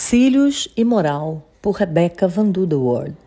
Cílios e Moral, por Rebecca Van Duderwoord.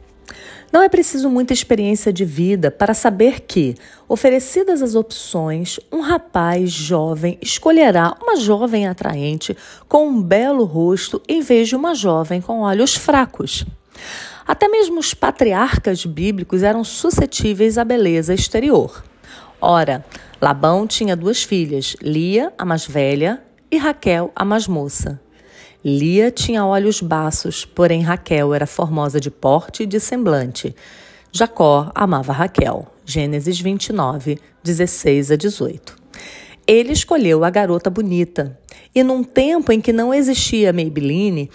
Não é preciso muita experiência de vida para saber que, oferecidas as opções, um rapaz jovem escolherá uma jovem atraente com um belo rosto em vez de uma jovem com olhos fracos. Até mesmo os patriarcas bíblicos eram suscetíveis à beleza exterior. Ora, Labão tinha 2 filhas, Lia, a mais velha, e Raquel, a mais moça. Lia tinha olhos baços, porém Raquel era formosa de porte e de semblante. Jacó amava Raquel. Gênesis 29, 16 a 18. Ele escolheu a garota bonita. E num tempo em que não existia Maybelline,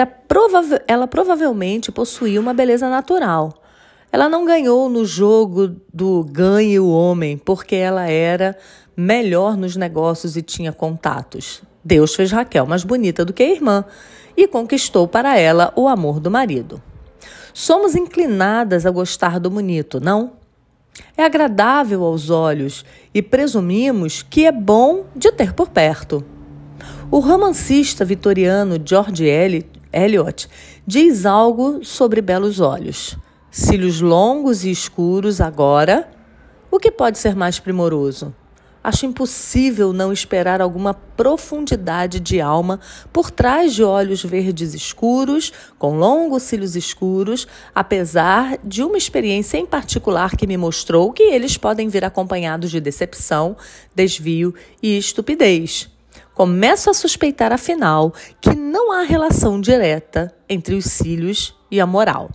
ela provavelmente possuía uma beleza natural. Ela não ganhou no jogo do ganhe o homem, porque ela era melhor nos negócios e tinha contatos. Deus fez Raquel mais bonita do que a irmã e conquistou para ela o amor do marido. Somos inclinadas a gostar do bonito, não? É agradável aos olhos e presumimos que é bom de ter por perto. O romancista vitoriano George Eliot diz algo sobre belos olhos. Cílios longos e escuros agora, o que pode ser mais primoroso? Acho impossível não esperar alguma profundidade de alma por trás de olhos verdes escuros, com longos cílios escuros, apesar de uma experiência em particular que me mostrou que eles podem vir acompanhados de decepção, desvio e estupidez. Começo a suspeitar, afinal, que não há relação direta entre os cílios e a moral.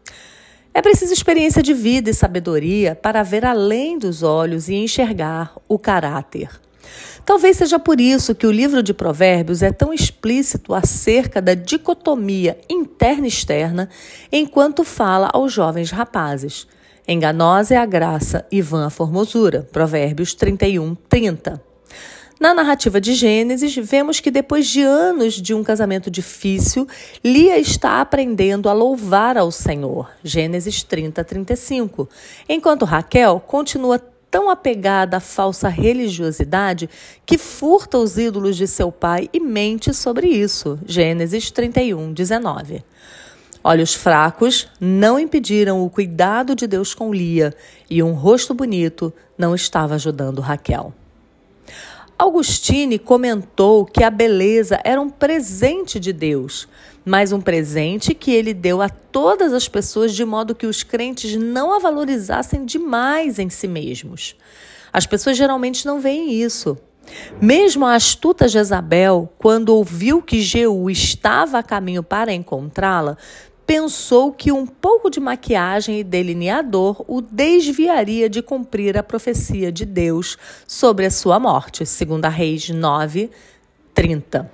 É preciso experiência de vida e sabedoria para ver além dos olhos e enxergar o caráter. Talvez seja por isso que o livro de Provérbios é tão explícito acerca da dicotomia interna e externa, enquanto fala aos jovens rapazes. Enganosa é a graça e vã a formosura. Provérbios 31, 30. Na narrativa de Gênesis, vemos que depois de anos de um casamento difícil, Lia está aprendendo a louvar ao Senhor. Gênesis 30, 35. Enquanto Raquel continua tão apegada à falsa religiosidade que furta os ídolos de seu pai e mente sobre isso. Gênesis 31, 19. Olhos fracos não impediram o cuidado de Deus com Lia e um rosto bonito não estava ajudando Raquel. Augustine comentou que a beleza era um presente de Deus, mas um presente que ele deu a todas as pessoas de modo que os crentes não a valorizassem demais em si mesmos. As pessoas geralmente não veem isso. Mesmo a astuta Jezabel, quando ouviu que Jeú estava a caminho para encontrá-la, pensou que um pouco de maquiagem e delineador o desviaria de cumprir a profecia de Deus sobre a sua morte, 2 Reis 9, 30.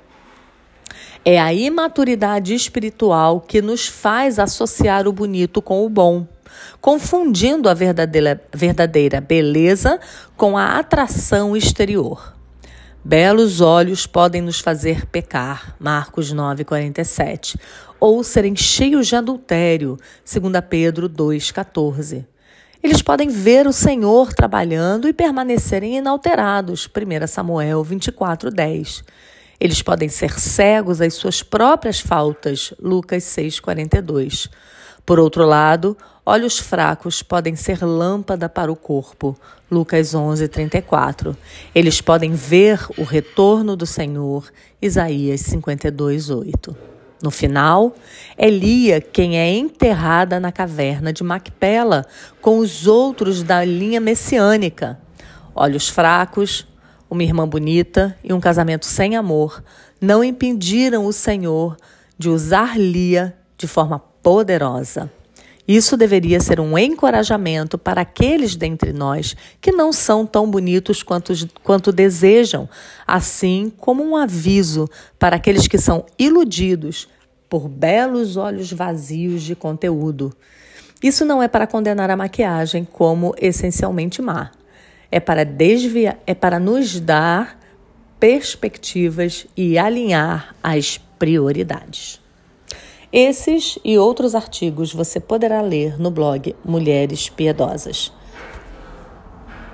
É a imaturidade espiritual que nos faz associar o bonito com o bom, confundindo a verdadeira beleza com a atração exterior. Belos olhos podem nos fazer pecar, Marcos 9, 47, ou serem cheios de adultério, 2 Pedro 2, 14. Eles podem ver o Senhor trabalhando e permanecerem inalterados, 1 Samuel 24, 10. Eles podem ser cegos às suas próprias faltas, Lucas 6, 42. Por outro lado, olhos fracos podem ser lâmpada para o corpo, Lucas 11, 34. Eles podem ver o retorno do Senhor, Isaías 52, 8. No final, é Lia quem é enterrada na caverna de Macpela com os outros da linha messiânica. Olhos fracos, uma irmã bonita e um casamento sem amor não impediram o Senhor de usar Lia de forma poderosa. Isso deveria ser um encorajamento para aqueles dentre nós que não são tão bonitos quanto desejam, assim como um aviso para aqueles que são iludidos por belos olhos vazios de conteúdo. Isso não é para condenar a maquiagem como essencialmente má. É para nos dar perspectivas e alinhar as prioridades. Esses e outros artigos você poderá ler no blog Mulheres Piedosas.